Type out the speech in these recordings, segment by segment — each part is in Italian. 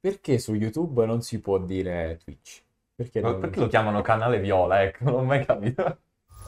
Perché su YouTube non si può dire Twitch? Perché Ma non... perché lo chiamano canale viola? Ecco, non ho mai capito.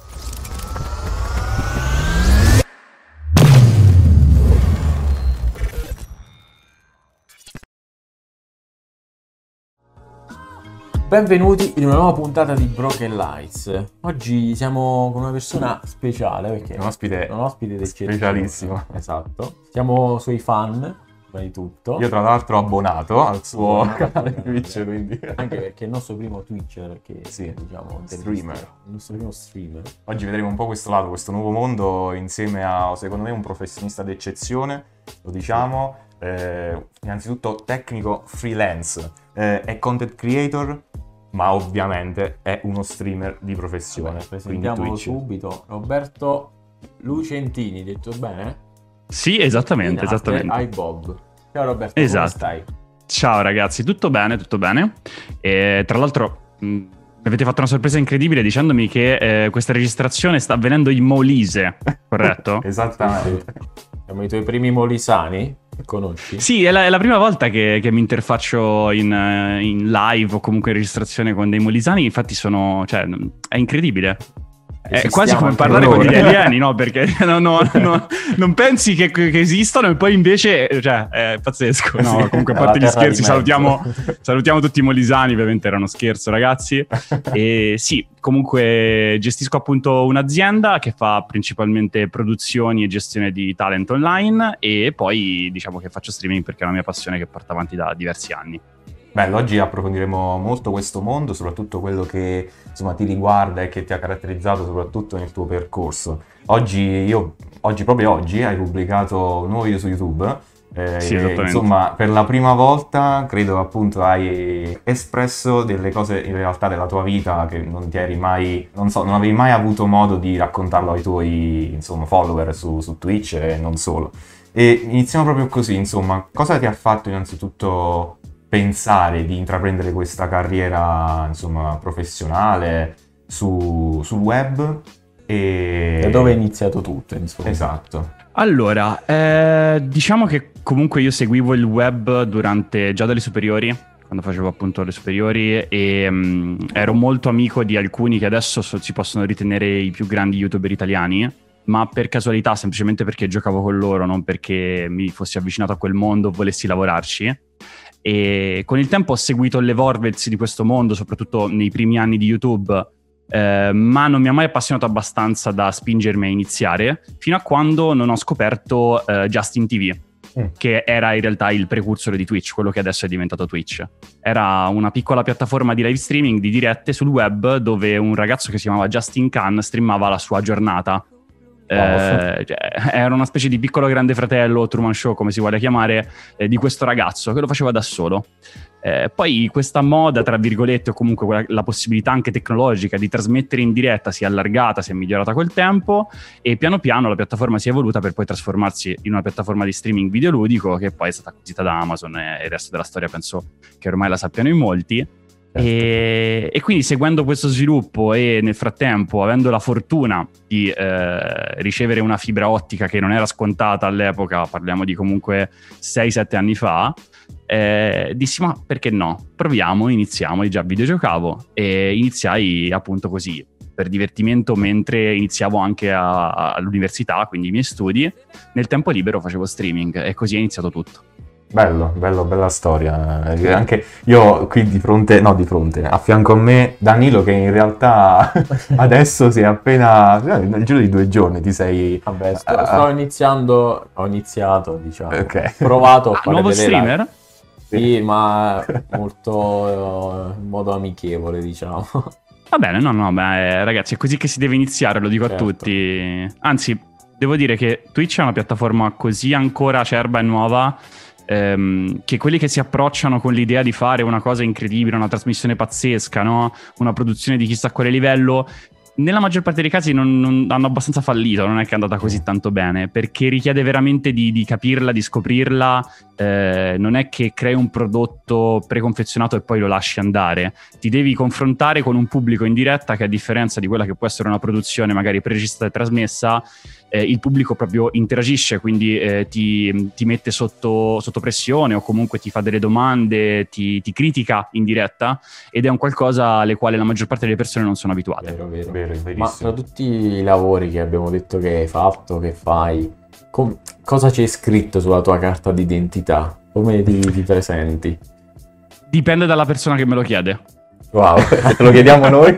Benvenuti in una nuova puntata di Broken Lights. Oggi siamo con una persona speciale perché Un ospite d'eccezione. specialissimo. Esatto. Siamo suoi fan, prima di tutto. Io tra l'altro abbonato al suo Abbonato, canale ok. Twitch, quindi... Anche perché è il nostro primo Twitcher, che Sì, diciamo streamer. il nostro primo streamer. Oggi vedremo un po' questo lato, questo nuovo mondo insieme a, secondo me, un professionista d'eccezione, lo diciamo. Innanzitutto tecnico freelance, è content creator, ma ovviamente è uno streamer di professione. Vabbè, Quindi presentiamolo Twitch. subito. Roberto Lucentini, detto bene? Sì, esattamente, In arte esattamente. iBob. Ciao Roberto, Esatto. come stai? Ciao ragazzi, tutto bene, tutto bene. E tra l'altro mi avete fatto una sorpresa incredibile dicendomi che questa registrazione sta avvenendo in Molise, corretto? Esattamente. Siamo i tuoi primi molisani che conosci? Sì, è la prima volta che mi interfaccio in live o comunque in registrazione con dei molisani, infatti è incredibile. È quasi come anche parlare con loro. degli alieni, no? Perché non pensi che esistano e poi invece, è pazzesco. No, Sì, comunque a è la parte gli terra di scherzi, mezzo. salutiamo tutti i molisani, ovviamente era uno scherzo, ragazzi. E sì, comunque gestisco appunto un'azienda che fa principalmente produzioni e gestione di talent online e poi diciamo che faccio streaming perché è una mia passione che porto avanti da diversi anni. Bello, oggi approfondiremo molto questo mondo, soprattutto quello che insomma ti riguarda e che ti ha caratterizzato soprattutto nel tuo percorso. Proprio oggi hai pubblicato un nuovo video su YouTube. Sì, esattamente. Insomma, per la prima volta credo appunto hai espresso delle cose in realtà della tua vita che non ti eri mai, non avevi mai avuto modo di raccontarlo ai tuoi insomma follower su Twitch e non solo. E iniziamo proprio così, insomma, cosa ti ha fatto innanzitutto pensare di intraprendere questa carriera, insomma, professionale sul web e... Da dove è iniziato tutto, insomma? Esatto. Allora, diciamo che comunque io seguivo il web già dalle superiori, quando facevo appunto le superiori e ero molto amico di alcuni che adesso si possono ritenere i più grandi youtuber italiani, ma per casualità, semplicemente perché giocavo con loro, non perché mi fossi avvicinato a quel mondo o volessi lavorarci. E con il tempo ho seguito l'evolversi di questo mondo, soprattutto nei primi anni di YouTube, ma non mi ha mai appassionato abbastanza da spingermi a iniziare, fino a quando non ho scoperto Justin TV, che era in realtà il precursore di Twitch, quello che adesso è diventato Twitch. Era una piccola piattaforma di live streaming, di dirette sul web, dove un ragazzo che si chiamava Justin Khan streamava la sua giornata. Era una specie di piccolo grande fratello, Truman Show come si vuole chiamare, di questo ragazzo che lo faceva da solo. Poi questa moda, tra virgolette, o comunque la possibilità anche tecnologica di trasmettere in diretta si è allargata, si è migliorata col tempo e piano piano la piattaforma si è evoluta per poi trasformarsi in una piattaforma di streaming videoludico che poi è stata acquisita da Amazon e il resto della storia penso che ormai la sappiano in molti. E quindi seguendo questo sviluppo e nel frattempo avendo la fortuna di ricevere una fibra ottica che non era scontata all'epoca, parliamo di comunque 6-7 anni fa, dissi ma perché no, proviamo, iniziamo. Io già videogiocavo e iniziai appunto così per divertimento mentre iniziavo anche all'università, quindi i miei studi. Nel tempo libero facevo streaming e così è iniziato tutto. Bello, bella storia. Anche io qui a fianco a me, Danilo, che in realtà adesso si è appena, nel giro di 2 giorni ti sei... Vabbè, sto iniziando, ho iniziato, diciamo, Ok. provato a fare Nuovo delle streamer? live. Sì, ma molto in modo amichevole, diciamo. Va bene, no, beh, ragazzi, è così che si deve iniziare, lo dico Certo. a tutti. Anzi, devo dire che Twitch è una piattaforma così ancora acerba e nuova che quelli che si approcciano con l'idea di fare una cosa incredibile, una trasmissione pazzesca, no? Una produzione di chissà quale livello, Nella maggior parte dei casi non hanno abbastanza fallito, non è che è andata così tanto bene, perché richiede veramente di capirla, di scoprirla, non è che crei un prodotto preconfezionato e poi lo lasci andare, ti devi confrontare con un pubblico in diretta che, a differenza di quella che può essere una produzione magari preregistrata e trasmessa, il pubblico proprio interagisce, quindi ti mette sotto pressione, o comunque ti fa delle domande, ti critica in diretta, ed è un qualcosa alle quali la maggior parte delle persone non sono abituate. Vero. Vero, verissimo. Ma tra tutti i lavori che abbiamo detto che hai fatto, che fai, cosa c'è scritto sulla tua carta d'identità? Come ti presenti? Dipende dalla persona che me lo chiede. Wow, te lo chiediamo noi?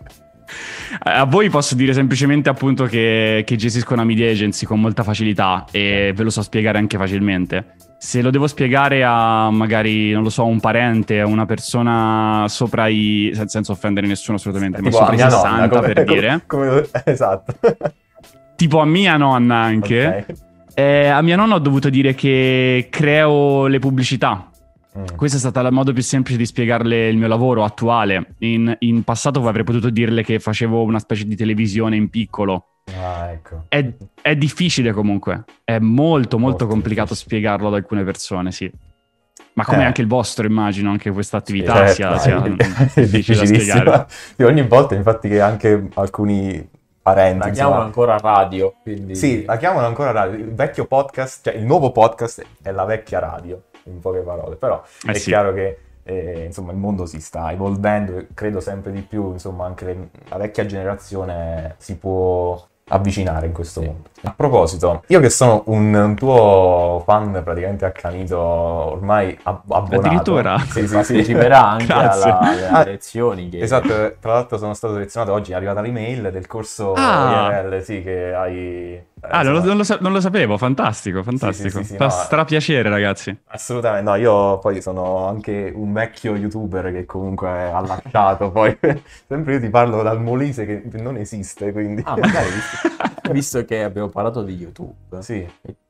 A voi posso dire semplicemente appunto che gestisco una media agency con molta facilità, e ve lo so spiegare anche facilmente. Se lo devo spiegare a magari, non lo so, un parente, a una persona sopra senza offendere nessuno assolutamente, ma Tipo sopra i a mia 60 nonna, per dire. Esatto. Tipo a mia nonna anche. Ok. A mia nonna ho dovuto dire che creo le pubblicità. Questo è stato il modo più semplice di spiegarle il mio lavoro attuale. In passato avrei potuto dirle che facevo una specie di televisione in piccolo. Ah, ecco. È difficile comunque, è molto Molto complicato difficile. spiegarlo ad alcune persone, sì. Ma come anche il vostro, immagino, anche questa attività sia è difficile da spiegare. difficilissima. Sì, ogni volta, infatti, che anche alcuni parenti, La chiamano insomma, ancora radio, quindi... sì, la chiamano ancora radio. Il vecchio podcast, cioè il nuovo podcast è la vecchia radio, in poche parole. Però è sì. chiaro che insomma il mondo si sta evolvendo e credo sempre di più, insomma, anche la vecchia generazione si può avvicinare in questo mondo. A proposito, io che sono un tuo fan praticamente accanito, ormai abbonato. Addirittura? Sì, parteciperà anche Grazie. alle lezioni che... Esatto, tra l'altro sono stato selezionato oggi, è arrivata l'email del corso IRL, sì, che hai... Non lo sapevo, fantastico. Sì, Fa no, strapiacere, ragazzi. assolutamente, no, io poi sono anche un vecchio youtuber che comunque ha lasciato, poi sempre io ti parlo dal Molise che non esiste, quindi... Ah, magari visto che abbiamo parlato di YouTube, Sì.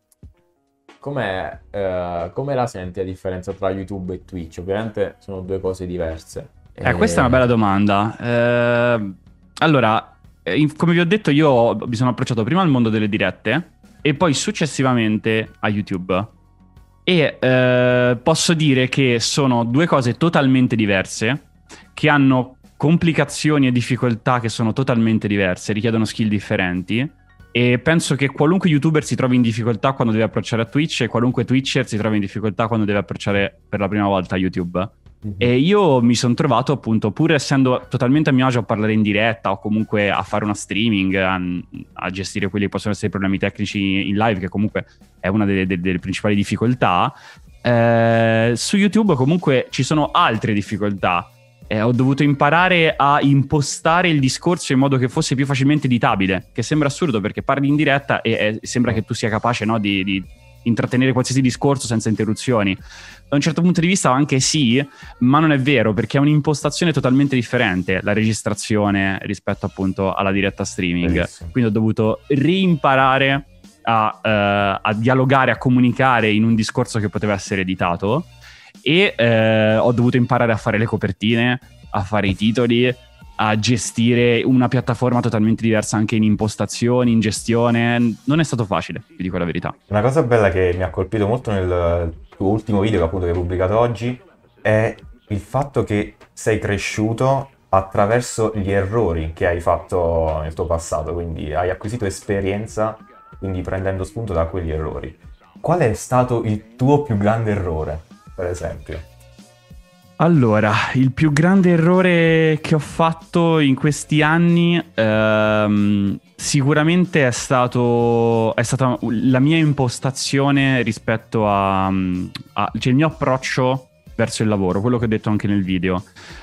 come la senti la differenza tra YouTube e Twitch? Ovviamente sono due cose diverse. Questa è una bella domanda. Allora, come vi ho detto, io mi sono approcciato prima al mondo delle dirette e poi successivamente a YouTube. E posso dire che sono due cose totalmente diverse, che hanno complicazioni e difficoltà che sono totalmente diverse, richiedono skill differenti, e penso che qualunque YouTuber si trovi in difficoltà quando deve approcciare a Twitch, e qualunque Twitcher si trovi in difficoltà quando deve approcciare per la prima volta a YouTube. Mhm. E io mi sono trovato, appunto, pur essendo totalmente a mio agio a parlare in diretta o comunque a fare una streaming, a gestire quelli che possono essere i problemi tecnici in live, che comunque è una delle principali difficoltà, su YouTube comunque ci sono altre difficoltà. Ho dovuto imparare a impostare il discorso in modo che fosse più facilmente editabile, che sembra assurdo perché parli in diretta e sembra che tu sia capace, no, di intrattenere qualsiasi discorso senza interruzioni. Da un certo punto di vista anche sì, ma non è vero, perché è un'impostazione totalmente differente la registrazione rispetto appunto alla diretta streaming. Bellissimo. Quindi ho dovuto reimparare a dialogare, a comunicare in un discorso che poteva essere editato, e ho dovuto imparare a fare le copertine, a fare i titoli, a gestire una piattaforma totalmente diversa anche in impostazioni, in gestione. Non è stato facile, vi dico la verità. Una cosa bella che mi ha colpito molto nel tuo ultimo video, che appunto hai pubblicato oggi, è il fatto che sei cresciuto attraverso gli errori che hai fatto nel tuo passato, quindi hai acquisito esperienza, quindi prendendo spunto da quegli errori. Qual è stato il tuo più grande errore, per esempio? Allora, il più grande errore che ho fatto in questi anni sicuramente è stata la mia impostazione rispetto cioè il mio approccio verso il lavoro, quello che ho detto anche nel video.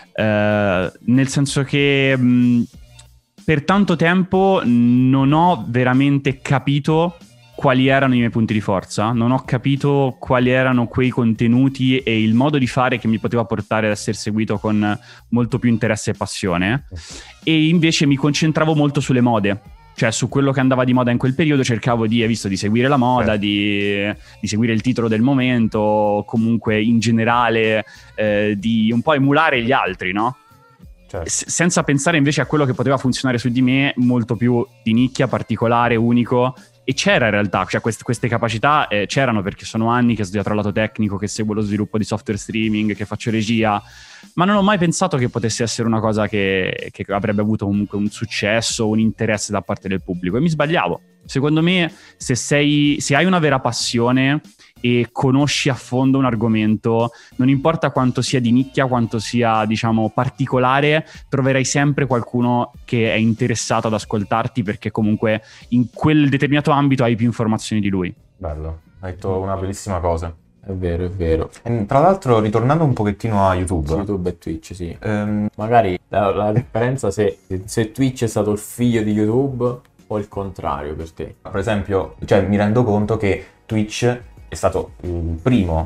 Nel senso che per tanto tempo non ho veramente capito quali erano i miei punti di forza, non ho capito quali erano quei contenuti e il modo di fare che mi poteva portare ad essere seguito con molto più interesse e passione, e invece mi concentravo molto sulle mode, cioè su quello che andava di moda in quel periodo. Cercavo di seguire la moda, di seguire il titolo del momento, comunque in generale di un po' emulare gli altri, no? Certo. senza pensare invece a quello che poteva funzionare su di me, molto più di nicchia, particolare, unico. E c'era in realtà, cioè queste capacità c'erano, perché sono anni che studio tra lato tecnico, che seguo lo sviluppo di software streaming, che faccio regia, ma non ho mai pensato che potesse essere una cosa che avrebbe avuto comunque un successo, un interesse da parte del pubblico, e mi sbagliavo. Secondo me, se hai una vera passione e conosci a fondo un argomento, non importa quanto sia di nicchia, quanto sia, diciamo, particolare, troverai sempre qualcuno che è interessato ad ascoltarti, perché comunque in quel determinato ambito hai più informazioni di lui. Bello, hai detto una bellissima cosa. È vero, è vero. E tra l'altro, ritornando un pochettino a YouTube. Su YouTube e Twitch, sì. Magari la differenza se Twitch è stato il figlio di YouTube o il contrario per te. Per esempio, cioè, mi rendo conto che Twitch è stato la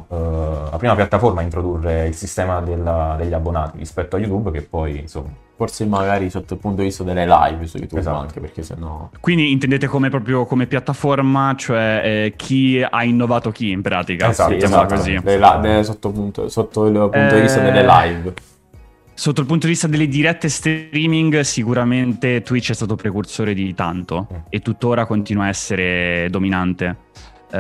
prima piattaforma a introdurre il sistema degli abbonati rispetto a YouTube, che poi, insomma... Forse magari sotto il punto di vista delle live su YouTube, Esatto. anche perché sennò... Quindi intendete proprio come piattaforma, cioè chi ha innovato chi in pratica? Esatto, Mettiamola esatto. così. Sotto il punto di vista delle live. Sotto il punto di vista delle dirette streaming, sicuramente Twitch è stato precursore di tanto e tuttora continua a essere dominante. È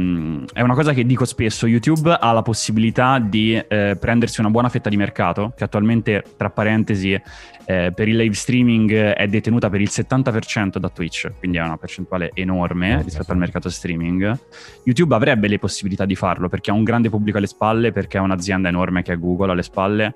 una cosa che dico spesso: YouTube ha la possibilità di prendersi una buona fetta di mercato, che attualmente, tra parentesi, per il live streaming è detenuta per il 70% da Twitch, quindi è una percentuale enorme rispetto al mercato streaming. YouTube avrebbe le possibilità di farlo, perché ha un grande pubblico alle spalle, perché ha un'azienda enorme che è Google alle spalle,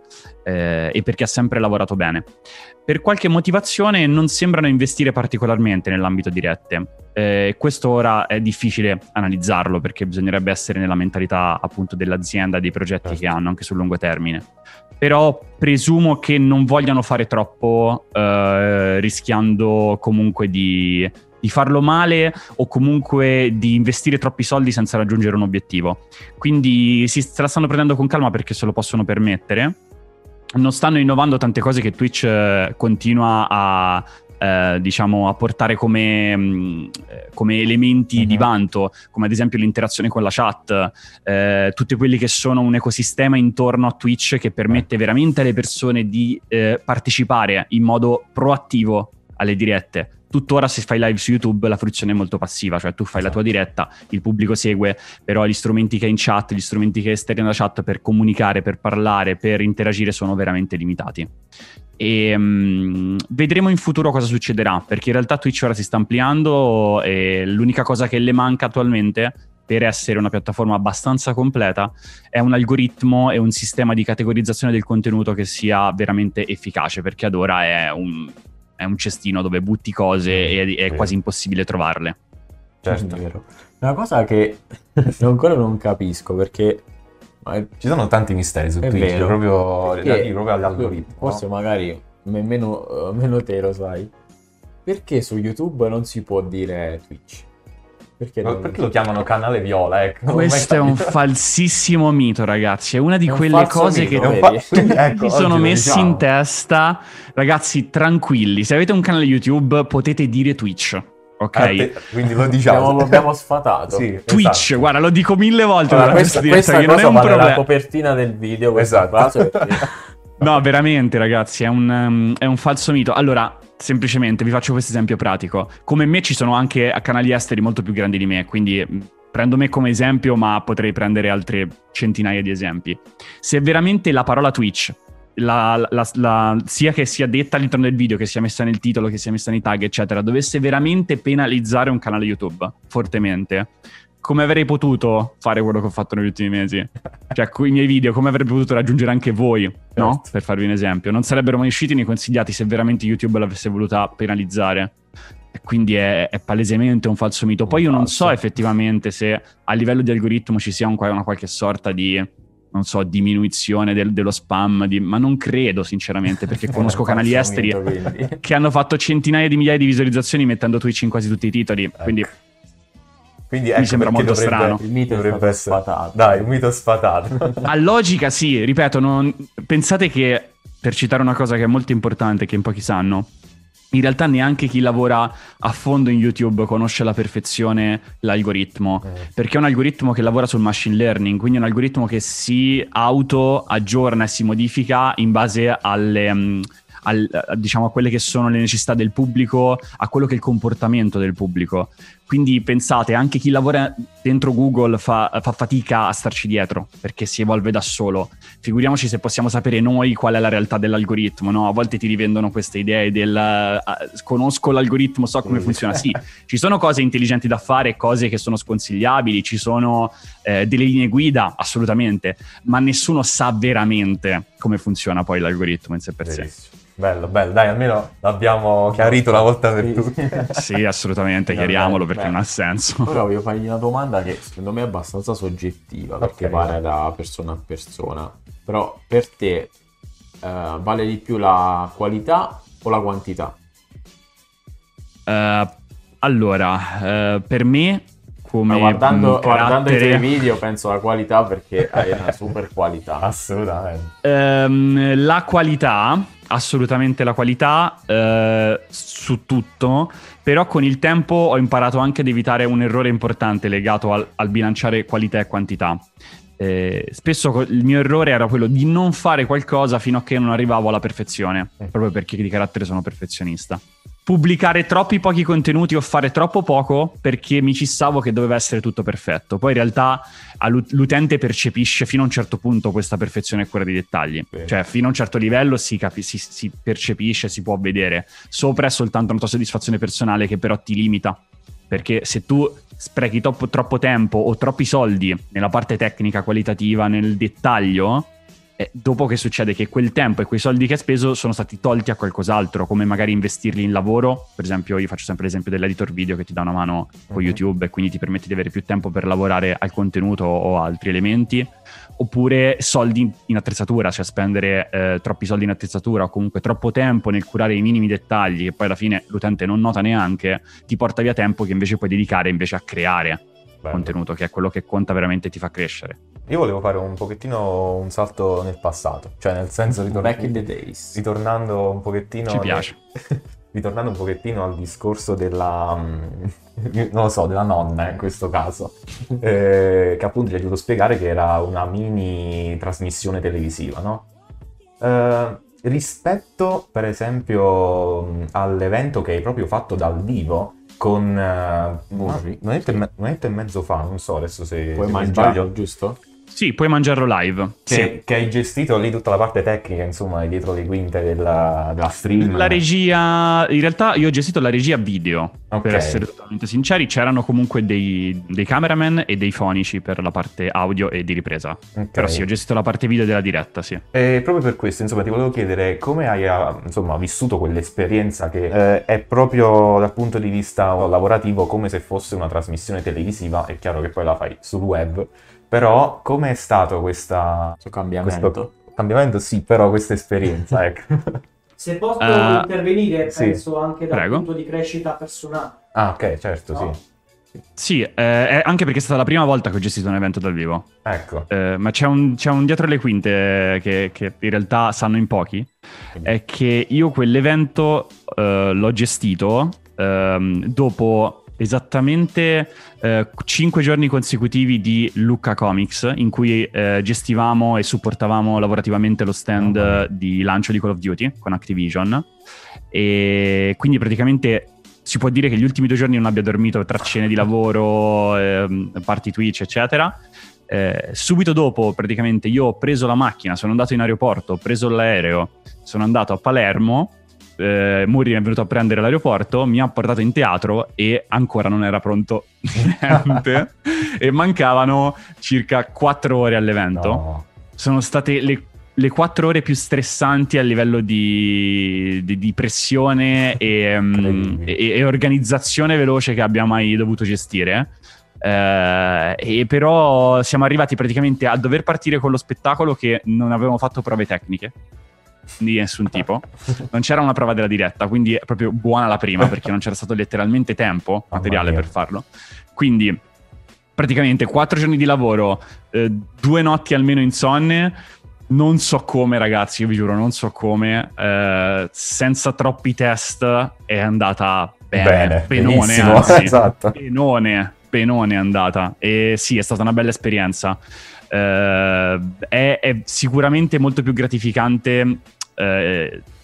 e perché ha sempre lavorato bene. Per qualche motivazione non sembrano investire particolarmente nell'ambito dirette. Questo ora è difficile analizzarlo, perché bisognerebbe essere nella mentalità appunto dell'azienda, dei progetti che hanno anche sul lungo termine. Però presumo che non vogliano fare troppo, rischiando comunque di farlo male, o comunque di investire troppi soldi senza raggiungere un obiettivo. Quindi se la stanno prendendo con calma perché se lo possono permettere. Non stanno innovando tante cose che Twitch continua a diciamo a portare come elementi di vanto, come ad esempio l'interazione con la chat, tutti quelli che sono un ecosistema intorno a Twitch che permette veramente alle persone di partecipare in modo proattivo alle dirette. Tuttora se fai live su YouTube la fruizione è molto passiva, cioè tu fai la tua diretta, il pubblico segue, però gli strumenti che hai in chat, gli strumenti che hai esterni alla chat per comunicare, per parlare, per interagire sono veramente limitati. E vedremo in futuro cosa succederà, perché in realtà Twitch ora si sta ampliando e l'unica cosa che le manca attualmente per essere una piattaforma abbastanza completa è un algoritmo e un sistema di categorizzazione del contenuto che sia veramente efficace, perché ad ora è un cestino dove butti cose e è quasi impossibile trovarle. Certo. È vero. Una cosa che ancora non capisco, perché ci sono tanti misteri su è Twitch, vero, proprio perché relativi proprio all'algoritmo. forse no? magari meno te lo sai. Perché su YouTube non si può dire Twitch? Perché lo chiamano canale viola? Ecco. Questo è un falsissimo mito, ragazzi. È una di È un quelle falso cose mito, che vedi? Quindi, tutti ecco, sono oggi lo messi diciamo. in testa. Ragazzi, tranquilli. Se avete un canale YouTube potete dire Twitch, ok? Quindi lo diciamo. L'abbiamo sfatato. Sì, Twitch, esatto. guarda, lo dico 1000 volte. Allora, durante questa diretta, che non è cosa un va nella problema. copertina del video, questa Esatto. frase, perché... No, veramente, ragazzi, è un falso mito. Allora, semplicemente vi faccio questo esempio pratico. Come me ci sono anche canali esteri molto più grandi di me, quindi prendo me come esempio, ma potrei prendere altre centinaia di esempi. Se veramente la parola Twitch, sia che sia detta all'interno del video, che sia messa nel titolo, che sia messa nei tag, eccetera, dovesse veramente penalizzare un canale YouTube fortemente, come avrei potuto fare quello che ho fatto negli ultimi mesi? Cioè, con i miei video, come avrei potuto raggiungere anche voi, no? Certo. Per farvi un esempio. Non sarebbero mai usciti nei consigliati se veramente YouTube l'avesse voluta penalizzare. E quindi è palesemente un falso mito. Poi io non so effettivamente se a livello di algoritmo ci sia una qualche sorta di, non so, diminuzione dello spam, ma non credo sinceramente, perché conosco canali esteri che hanno fatto centinaia di migliaia di visualizzazioni mettendo Twitch in quasi tutti i titoli, quindi ecco, mi sembra molto strano. Il mito dovrebbe è essere stato sfatato. Dai, un mito sfatato. A logica sì, ripeto, pensate che, per citare una cosa che è molto importante, che in pochi sanno, in realtà neanche chi lavora a fondo in YouTube conosce alla perfezione l'algoritmo, perché è un algoritmo che lavora sul machine learning, quindi è un algoritmo che si auto aggiorna e si modifica in base diciamo, a quelle che sono le necessità del pubblico, a quello che è il comportamento del pubblico. Quindi pensate, anche chi lavora dentro Google fa fatica a starci dietro, perché si evolve da solo. Figuriamoci se possiamo sapere noi qual è la realtà dell'algoritmo, no? A volte ti rivendono queste idee del conosco l'algoritmo, so come funziona. Sì, ci sono cose intelligenti da fare, cose che sono sconsigliabili, ci sono delle linee guida, assolutamente, ma nessuno sa veramente come funziona poi l'algoritmo in sé per sé. Bello, dai, almeno l'abbiamo chiarito una volta per tutte. Sì, assolutamente, chiariamolo perché non ha senso. Ora voglio fargli una domanda che secondo me è abbastanza soggettiva, perché varia da persona a persona. Però per te vale di più la qualità o la quantità? Allora, per me, come guardando carattere... i tuoi video penso alla qualità, perché hai una super qualità. Assolutamente. La qualità, assolutamente la qualità su tutto, però con il tempo ho imparato anche ad evitare un errore importante legato al bilanciare qualità e quantità. Spesso il mio errore era quello di non fare qualcosa fino a che non arrivavo alla perfezione, proprio perché di carattere sono perfezionista. Pubblicare troppi pochi contenuti o fare troppo poco perché mi fissavo che doveva essere tutto perfetto. Poi in realtà l'utente percepisce fino a un certo punto questa perfezione e cura dei dettagli. Cioè fino a un certo livello si percepisce, si può vedere. Sopra è soltanto una tua soddisfazione personale che però ti limita. Perché se tu sprechi troppo tempo o troppi soldi nella parte tecnica, qualitativa, nel dettaglio, dopo che succede che quel tempo e quei soldi che hai speso sono stati tolti a qualcos'altro, come magari investirli in lavoro. Per esempio, io faccio sempre l'esempio dell'editor video che ti dà una mano con YouTube e quindi ti permette di avere più tempo per lavorare al contenuto o altri elementi, oppure soldi in attrezzatura, cioè spendere troppi soldi in attrezzatura o comunque troppo tempo nel curare i minimi dettagli che poi alla fine l'utente non nota neanche, ti porta via tempo che invece puoi dedicare invece a creare contenuto, che è quello che conta veramente e ti fa crescere. Io volevo fare un pochettino un salto nel passato, cioè nel senso back in the days, ritornando un pochettino ci piace. Ritornando un pochettino al discorso della non lo so, della nonna in questo caso, che appunto ci ha dovuto spiegare che era una mini trasmissione televisiva, no? Rispetto per esempio all'evento che hai proprio fatto dal vivo con un annetto e mezzo fa, non so adesso se puoi mangiarlo, giusto? Sì, puoi mangiarlo live. Che hai gestito lì tutta la parte tecnica, insomma, dietro le quinte della stream. La regia, in realtà io ho gestito la regia video, per essere totalmente sinceri. C'erano comunque dei cameraman e dei fonici per la parte audio e di ripresa. Però sì, ho gestito la parte video della diretta, sì. E proprio per questo, insomma, ti volevo chiedere come hai insomma, vissuto quell'esperienza che è proprio dal punto di vista lavorativo come se fosse una trasmissione televisiva. È chiaro che poi la fai sul web, però come è stato questo cambiamento? Sì, però questa esperienza, ecco. Se posso intervenire, penso sì. Anche dal punto di crescita personale. Ah, ok, certo, no? Sì, anche perché è stata la prima volta che ho gestito un evento dal vivo. Ecco. Ma c'è un dietro le quinte che in realtà sanno in pochi, è che io quell'evento l'ho gestito dopo esattamente 5 giorni consecutivi di Lucca Comics, in cui gestivamo e supportavamo lavorativamente lo stand di lancio di Call of Duty con Activision, e quindi praticamente si può dire che gli ultimi 2 giorni non abbia dormito tra cene di lavoro, party Twitch eccetera. Subito dopo praticamente io ho preso la macchina, sono andato in aeroporto, ho preso l'aereo, sono andato a Palermo. Muri è venuto a prendere all'aeroporto, mi ha portato in teatro e ancora non era pronto niente e mancavano circa 4 ore all'evento. No. Sono state le 4 ore più stressanti a livello di pressione e organizzazione veloce che abbiamo mai dovuto gestire. E però siamo arrivati praticamente a dover partire con lo spettacolo che non avevamo fatto prove tecniche di nessun tipo, non c'era una prova della diretta, quindi è proprio buona la prima perché non c'era stato letteralmente tempo materiale per farlo. Quindi praticamente 4 giorni di lavoro, 2 notti almeno insonne, non so come, ragazzi, io vi giuro non so come, senza troppi test è andata bene benone, anzi, esatto. benone è andata, e sì, è stata una bella esperienza. È sicuramente molto più gratificante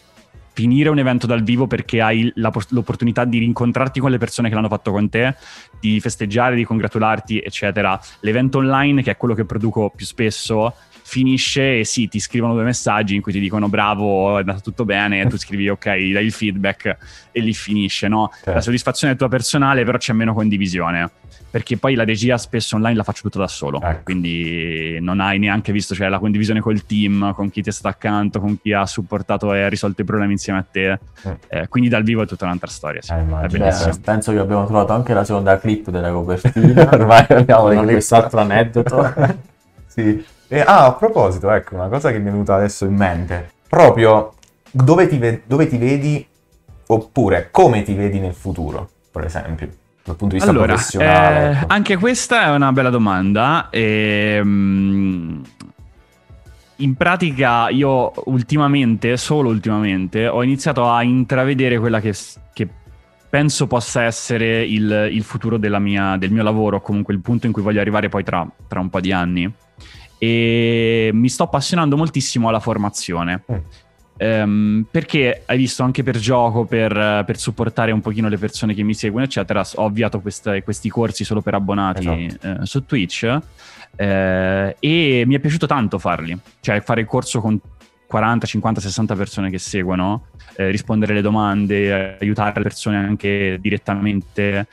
finire un evento dal vivo perché hai l'opportunità di rincontrarti con le persone che l'hanno fatto con te, di festeggiare, di congratularti, eccetera. L'evento online, che è quello che produco più spesso, finisce e sì, ti scrivono 2 messaggi in cui ti dicono bravo, è andato tutto bene, e tu scrivi ok, dai il feedback e lì finisce, no? Certo. La soddisfazione è tua personale, però c'è meno condivisione, perché poi la regia spesso online la faccio tutto da solo, Ecco. quindi non hai neanche visto, cioè la condivisione col team, con chi ti sta accanto, con chi ha supportato e ha risolto i problemi insieme a te, quindi dal vivo è tutta un'altra storia, sì. È immagino. bellissimo. Penso che abbiamo trovato anche la seconda clip della copertina. Ormai abbiamo le con clip. quest'altro aneddoto. Sì. A proposito, ecco, una cosa che mi è venuta adesso in mente. Proprio dove ti vedi, oppure come ti vedi nel futuro, per esempio, dal punto di vista professionale. Ecco. Anche questa è una bella domanda. In pratica io solo ultimamente, ho iniziato a intravedere quella che penso possa essere il futuro del mio lavoro, comunque il punto in cui voglio arrivare poi tra un po' di anni. E mi sto appassionando moltissimo alla formazione. Perché hai visto, anche per gioco, per supportare un pochino le persone che mi seguono eccetera, ho avviato questi corsi solo per abbonati, esatto, su Twitch, e mi è piaciuto tanto farli, cioè fare il corso con 40, 50, 60 persone che seguono, rispondere alle domande, aiutare le persone anche direttamente,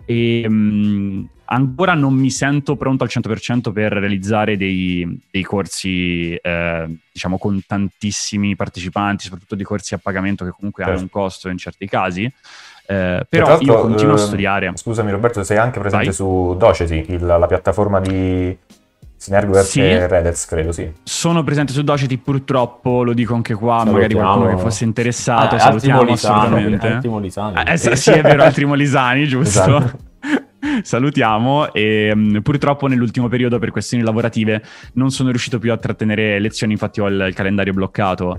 e ancora non mi sento pronto al 100% per realizzare dei corsi, diciamo, con tantissimi partecipanti, soprattutto di corsi a pagamento che comunque hanno un costo in certi casi. Però io continuo a studiare. Scusami Roberto, sei anche presente su Doceti, la piattaforma di Synergiverse e Redez, credo, sì. Sono presente su Doceti, purtroppo, lo dico anche qua, Salutiamo. magari qualcuno che fosse interessato, salutiamo assolutamente. Altri Molisani. Sì, è vero, altri Molisani, giusto? Esatto. Salutiamo. E purtroppo nell'ultimo periodo, per questioni lavorative, non sono riuscito più a trattenere lezioni, infatti ho il calendario bloccato.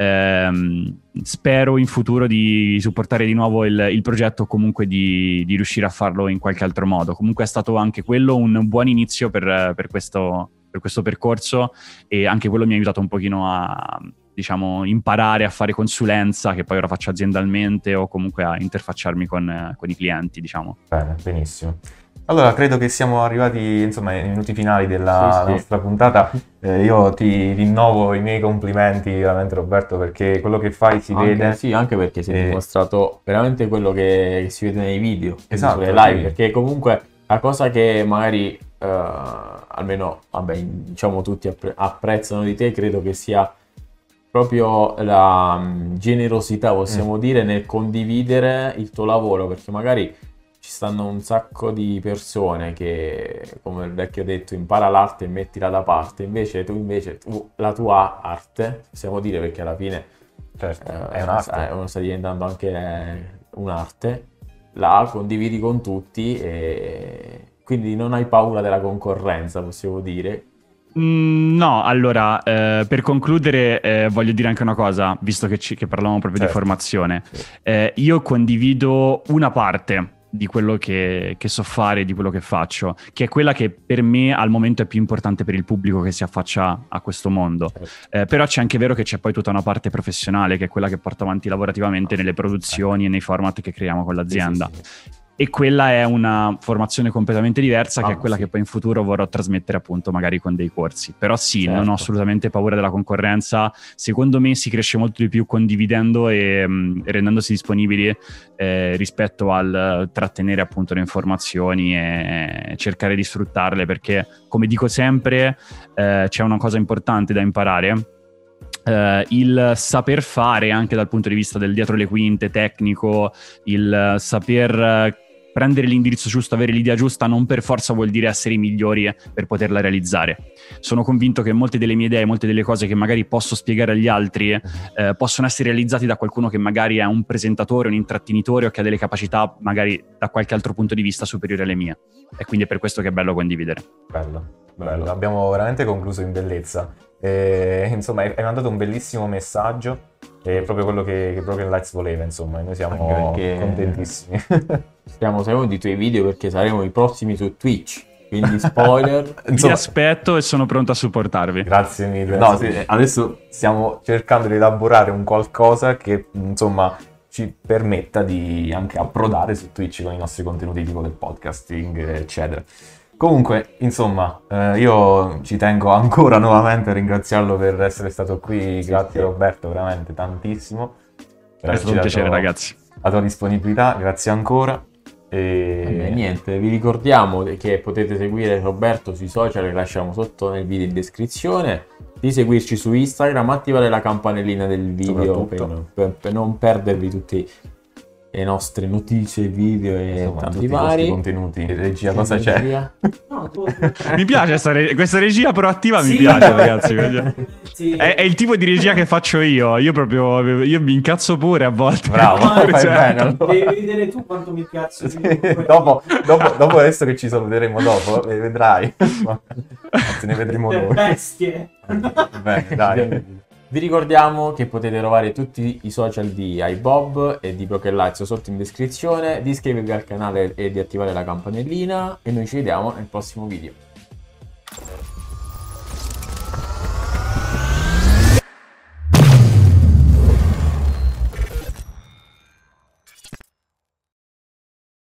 Spero in futuro di supportare di nuovo il progetto, o comunque di riuscire a farlo in qualche altro modo. Comunque è stato anche quello un buon inizio per questo percorso, e anche quello mi ha aiutato un pochino a, diciamo, imparare a fare consulenza, che poi ora faccio aziendalmente, o comunque a interfacciarmi con i clienti, diciamo. Bene, benissimo. Allora, credo che siamo arrivati, insomma, ai minuti finali della nostra puntata. Io ti rinnovo i miei complimenti, veramente, Roberto, perché quello che fai si vede. Sì, anche perché si è dimostrato veramente quello che si vede nei video, esatto, sulle live, perché comunque la cosa che magari almeno, vabbè, diciamo tutti apprezzano di te, credo che sia proprio la generosità, possiamo dire, nel condividere il tuo lavoro, perché magari ci stanno un sacco di persone che, come il vecchio detto, impara l'arte e mettila da parte, invece tu la tua arte, possiamo dire, perché alla fine è un'arte, sta diventando anche un'arte, la condividi con tutti e quindi non hai paura della concorrenza, possiamo dire. No, allora, per concludere voglio dire anche una cosa, visto che parlavamo proprio di formazione. Io condivido una parte di quello che so fare, di quello che faccio, che è quella che per me al momento è più importante per il pubblico che si affaccia a questo mondo. Però c'è anche vero che c'è poi tutta una parte professionale, che è quella che porto avanti lavorativamente nelle produzioni e nei format che creiamo con l'azienda. E quella è una formazione completamente diversa, che è quella che poi in futuro vorrò trasmettere, appunto, magari con dei corsi. Però non ho assolutamente paura della concorrenza. Secondo me si cresce molto di più condividendo e rendendosi disponibili rispetto al trattenere, appunto, le informazioni e cercare di sfruttarle, perché, come dico sempre, c'è una cosa importante da imparare. Il saper fare, anche dal punto di vista del dietro le quinte tecnico, il saper prendere l'indirizzo giusto, avere l'idea giusta, non per forza vuol dire essere i migliori per poterla realizzare. Sono convinto che molte delle mie idee, molte delle cose che magari posso spiegare agli altri possono essere realizzati da qualcuno che magari è un presentatore, un intrattenitore, o che ha delle capacità magari da qualche altro punto di vista superiori alle mie, e quindi è per questo che è bello condividere. Bello. Abbiamo veramente concluso in bellezza. Insomma, hai mandato un bellissimo messaggio, è proprio quello che Broken Lights voleva, insomma, e noi siamo contentissimi. Stiamo seguendo i tuoi video perché saremo i prossimi su Twitch. quindi spoiler. Vi aspetto e sono pronto a supportarvi. Grazie mille. No, sì, adesso stiamo cercando di elaborare un qualcosa che insomma ci permetta di anche approdare su Twitch con i nostri contenuti tipo del podcasting, eccetera. Comunque, insomma, io ci tengo ancora nuovamente a ringraziarlo per essere stato qui. Grazie Roberto, veramente tantissimo. È stato un piacere, ragazzi. La tua disponibilità, grazie ancora. E niente, vi ricordiamo che potete seguire Roberto sui social che lasciamo sotto nel video in descrizione, di seguirci su Instagram, attivare la campanellina del video per non perdervi tutti le nostre notizie, video e insomma, tanti tutti vari i contenuti. Regia, cosa c'è? No, Mi piace questa regia proattiva, mi Sì. piace, ragazzi. sì. È il tipo di regia che faccio io. Io mi incazzo pure a volte. Bravo, fai Cioè, bene. Allora. Devi vedere tu quanto mi piace. dopo adesso che ci saluteremo dopo, vedrai. Anzi, ne vedremo noi. Bestie. Bene, dai. Vi ricordiamo che potete trovare tutti i social di iBob e di Broken Lights sotto in descrizione, di iscrivervi al canale e di attivare la campanellina e noi ci vediamo nel prossimo video.